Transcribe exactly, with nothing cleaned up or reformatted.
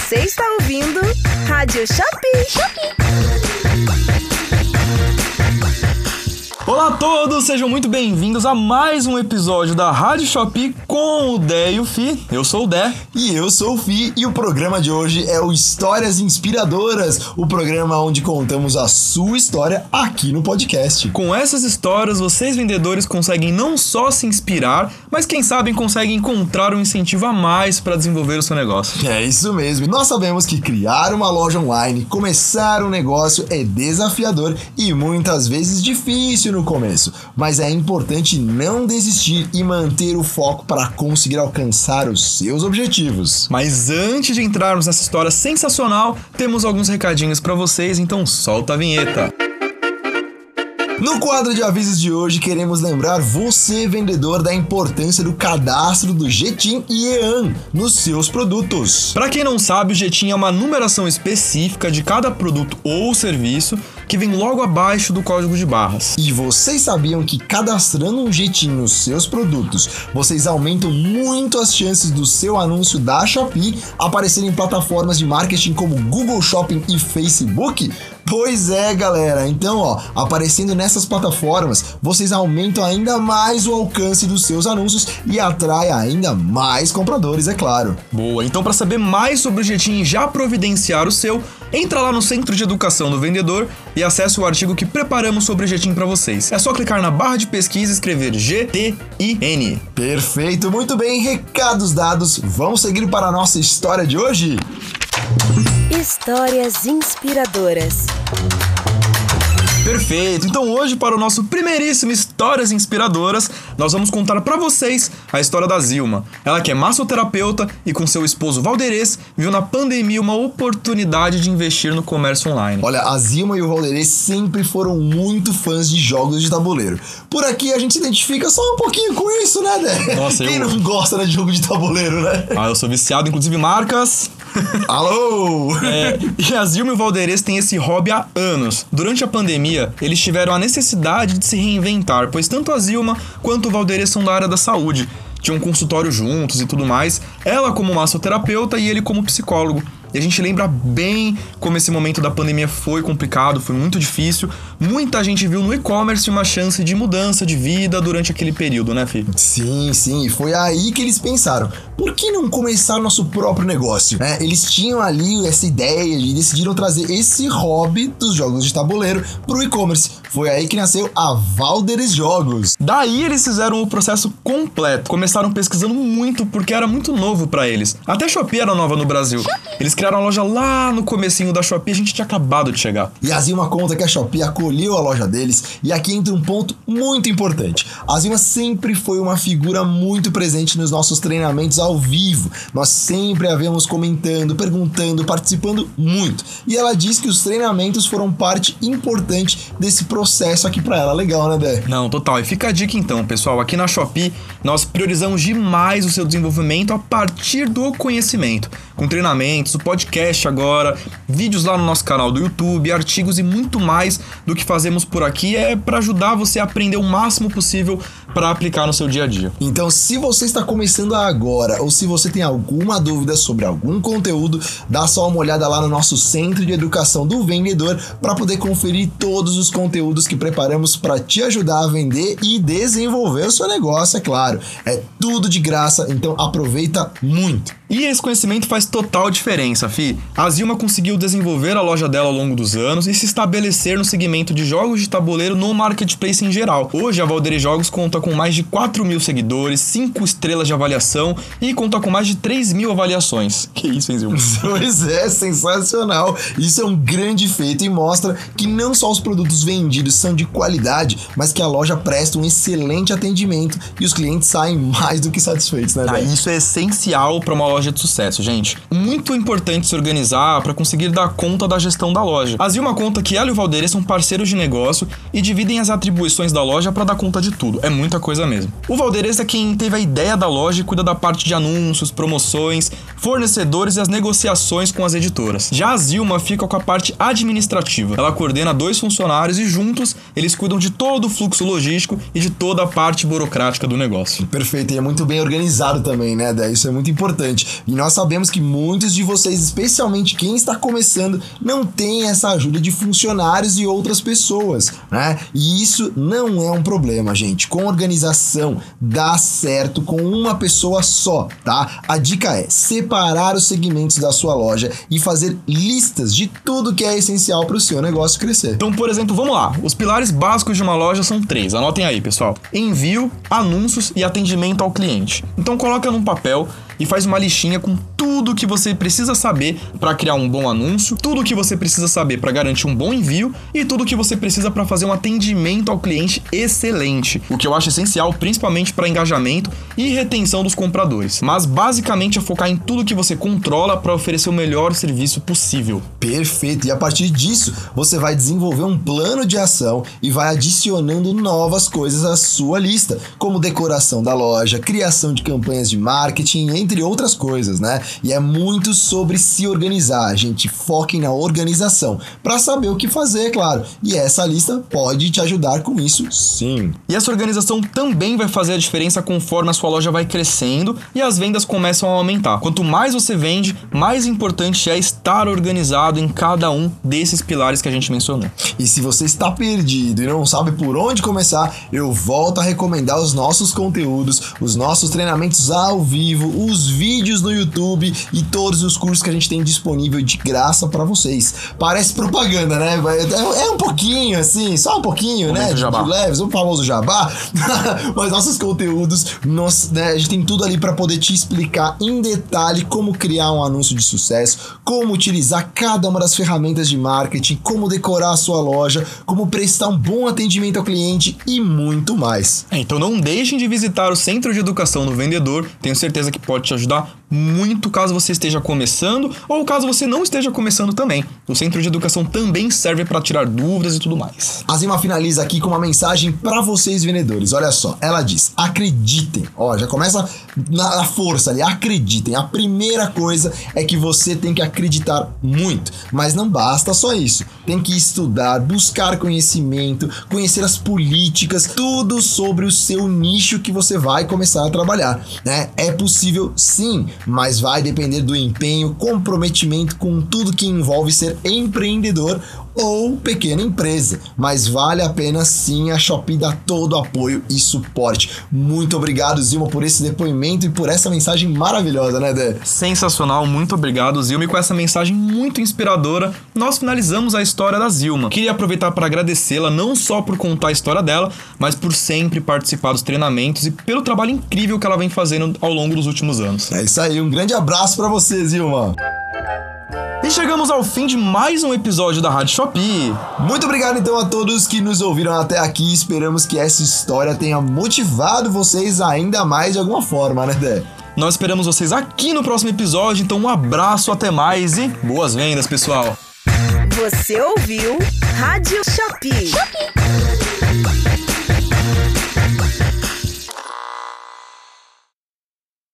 Você está ouvindo Rádio Shopee. Shopee. Olá a todos, sejam muito bem-vindos a mais um episódio da Rádio Shopee com o Dé e o Fi. Eu sou o Dé. E eu sou o Fi, e o programa de hoje é o Histórias Inspiradoras, o programa onde contamos a sua história aqui no podcast. Com essas histórias, vocês vendedores conseguem não só se inspirar, mas quem sabe conseguem encontrar um incentivo a mais para desenvolver o seu negócio. É isso mesmo, nós sabemos que criar uma loja online, começar um negócio é desafiador e muitas vezes difícil no começo, mas é importante não desistir e manter o foco para conseguir alcançar os seus objetivos. Mas antes de entrarmos nessa história sensacional, temos alguns recadinhos para vocês, então solta a vinheta. No quadro de avisos de hoje, queremos lembrar você, vendedor, da importância do cadastro do Jetim e EAN nos seus produtos. Para quem não sabe, o Jetim é uma numeração específica de cada produto ou serviço que vem logo abaixo do código de barras. E vocês sabiam que cadastrando um Jetim nos seus produtos, vocês aumentam muito as chances do seu anúncio da Shopee aparecer em plataformas de marketing como Google Shopping e Facebook? Pois é, galera. Então, ó, aparecendo nessas plataformas, vocês aumentam ainda mais o alcance dos seus anúncios e atraem ainda mais compradores, é claro. Boa, então para saber mais sobre o Jetim e já providenciar o seu, entra lá no Centro de Educação do Vendedor e acesse o artigo que preparamos sobre o Jetim para vocês. É só clicar na barra de pesquisa e escrever G T I N. Perfeito, muito bem, recados dados. Vamos seguir para a nossa história de hoje? Histórias inspiradoras. Perfeito, então hoje para o nosso primeiríssimo Histórias Inspiradoras, nós vamos contar para vocês a história da Zilma. Ela que é massoterapeuta e com seu esposo Valderez viu na pandemia uma oportunidade de investir no comércio online. Olha, a Zilma e o Valderez sempre foram muito fãs de jogos de tabuleiro. Por aqui a gente se identifica só um pouquinho com isso, né, Dé? Nossa, Quem eu... não gosta, né, de jogo de tabuleiro, né? Ah, eu sou viciado, inclusive marcas... Alô! É, e a Zilma e o Valderez têm esse hobby há anos. Durante a pandemia, eles tiveram a necessidade de se reinventar, pois tanto a Zilma quanto o Valderez são da área da saúde. Tinham um consultório juntos e tudo mais, ela como massoterapeuta e ele como psicólogo. E a gente lembra bem como esse momento da pandemia foi complicado, foi muito difícil. Muita gente viu no e-commerce uma chance de mudança de vida durante aquele período, né, Fih? Sim, sim, e foi aí que eles pensaram, por que não começar nosso próprio negócio? É, eles tinham ali essa ideia e decidiram trazer esse hobby dos jogos de tabuleiro pro e-commerce. Foi aí que nasceu a Valderez Jogos. Daí eles fizeram o processo completo. Começaram pesquisando muito porque era muito novo pra eles. Até a Shopee era nova no Brasil. Eles criaram a loja lá no comecinho da Shopee, a gente tinha acabado de chegar. E a Zilma conta que a Shopee acolheu a loja deles, e aqui entra um ponto muito importante. A Zilma sempre foi uma figura muito presente nos nossos treinamentos ao vivo. Nós sempre a vemos comentando, perguntando, participando muito. E ela diz que os treinamentos foram parte importante desse processo aqui pra ela. Legal, né, Dé? Não, total. E fica a dica então, pessoal. Aqui na Shopee, nós priorizamos demais o seu desenvolvimento a partir do conhecimento. Com treinamentos, o podcast agora, vídeos lá no nosso canal do YouTube, artigos e muito mais do que fazemos por aqui é para ajudar você a aprender o máximo possível para aplicar no seu dia a dia. Então, se você está começando agora ou se você tem alguma dúvida sobre algum conteúdo, dá só uma olhada lá no nosso Centro de Educação do Vendedor para poder conferir todos os conteúdos que preparamos para te ajudar a vender e desenvolver o seu negócio, é claro. É tudo de graça, então aproveita muito. E esse conhecimento faz total diferença, Fi. A Zilma conseguiu desenvolver a loja dela ao longo dos anos e se estabelecer no segmento de jogos de tabuleiro no marketplace em geral. Hoje, a Valderez Jogos conta com mais de quatro mil seguidores, cinco estrelas de avaliação e conta com mais de três mil avaliações. Que isso, hein, Zilma? Pois é, sensacional. Isso é um grande feito e mostra que não só os produtos vendidos são de qualidade, mas que a loja presta um excelente atendimento e os clientes saem mais do que satisfeitos, né, ah, velho? Isso é essencial para uma loja de sucesso, gente. Muito importante se organizar para conseguir dar conta da gestão da loja. A Zilma conta que ela e o Valderez são parceiros de negócio e dividem as atribuições da loja para dar conta de tudo. É muita coisa mesmo. O Valderez é quem teve a ideia da loja e cuida da parte de anúncios, promoções, fornecedores e as negociações com as editoras. Já a Zilma fica com a parte administrativa. Ela coordena dois funcionários e juntos eles cuidam de todo o fluxo logístico e de toda a parte burocrática do negócio. Perfeito, e é muito bem organizado também, né, Dé? Isso é muito importante. E nós sabemos que muitos de vocês, especialmente quem está começando, não tem essa ajuda de funcionários e outras pessoas, né? E isso não é um problema, gente. Com organização dá certo com uma pessoa só, tá? A dica é separar os segmentos da sua loja e fazer listas de tudo que é essencial para o seu negócio crescer. Então, por exemplo, vamos lá. Os pilares básicos de uma loja são três. Anotem aí, pessoal. Envio, anúncios e atendimento ao cliente. Então, coloca num papel e faz uma listinha com tudo que você precisa saber para criar um bom anúncio, tudo que você precisa saber para garantir um bom envio e tudo que você precisa para fazer um atendimento ao cliente excelente, o que eu acho essencial principalmente para engajamento e retenção dos compradores. Mas basicamente é focar em tudo que você controla para oferecer o melhor serviço possível. Perfeito, e a partir disso você vai desenvolver um plano de ação e vai adicionando novas coisas à sua lista, como decoração da loja, criação de campanhas de marketing, entre outras coisas, né? E é muito sobre se organizar, gente. Foquem na organização para saber o que fazer, é claro. E essa lista pode te ajudar com isso, sim. E essa organização também vai fazer a diferença conforme a sua loja vai crescendo e as vendas começam a aumentar. Quanto mais você vende, mais importante é estar organizado em cada um desses pilares que a gente mencionou. E se você está perdido e não sabe por onde começar, eu volto a recomendar os nossos conteúdos, os nossos treinamentos ao vivo, os vídeos no YouTube e todos os cursos que a gente tem disponível de graça para vocês. Parece propaganda, né? É um pouquinho, assim, só um pouquinho, Momento né? De, jabá. de leves, o famoso jabá. Mas nossos conteúdos, nós, né, a gente tem tudo ali para poder te explicar em detalhe como criar um anúncio de sucesso, como utilizar cada uma das ferramentas de marketing, como decorar a sua loja, como prestar um bom atendimento ao cliente e muito mais. É, então não deixem de visitar o Centro de Educação do Vendedor. Tenho certeza que pode te ajudar muito caso você esteja começando ou caso você não esteja começando também. O Centro de Educação também serve para tirar dúvidas e tudo mais. A Zilma finaliza aqui com uma mensagem para vocês vendedores. Olha só, ela diz: acreditem. Ó, já começa na, na força ali, acreditem. A primeira coisa é que você tem que acreditar muito, mas não basta só isso. Tem que estudar, buscar conhecimento, conhecer as políticas, tudo sobre o seu nicho que você vai começar a trabalhar, né? É possível sim, mas vai depender do empenho, comprometimento com tudo que envolve ser empreendedor ou pequena empresa, mas vale a pena sim. A Shopee dá todo o apoio e suporte. Muito obrigado, Zilma, por esse depoimento e por essa mensagem maravilhosa, né, Dé? Sensacional, muito obrigado, Zilma, e com essa mensagem muito inspiradora, nós finalizamos a história da Zilma. Queria aproveitar para agradecê-la não só por contar a história dela, mas por sempre participar dos treinamentos e pelo trabalho incrível que ela vem fazendo ao longo dos últimos anos. É isso aí, um grande abraço para você, Zilma. E chegamos ao fim de mais um episódio da Rádio Shopee. Muito obrigado então a todos que nos ouviram até aqui. Esperamos que essa história tenha motivado vocês ainda mais de alguma forma, né, Dé? Nós esperamos vocês aqui no próximo episódio, então um abraço, até mais e boas vendas, pessoal! Você ouviu Rádio Shopee. Shopee.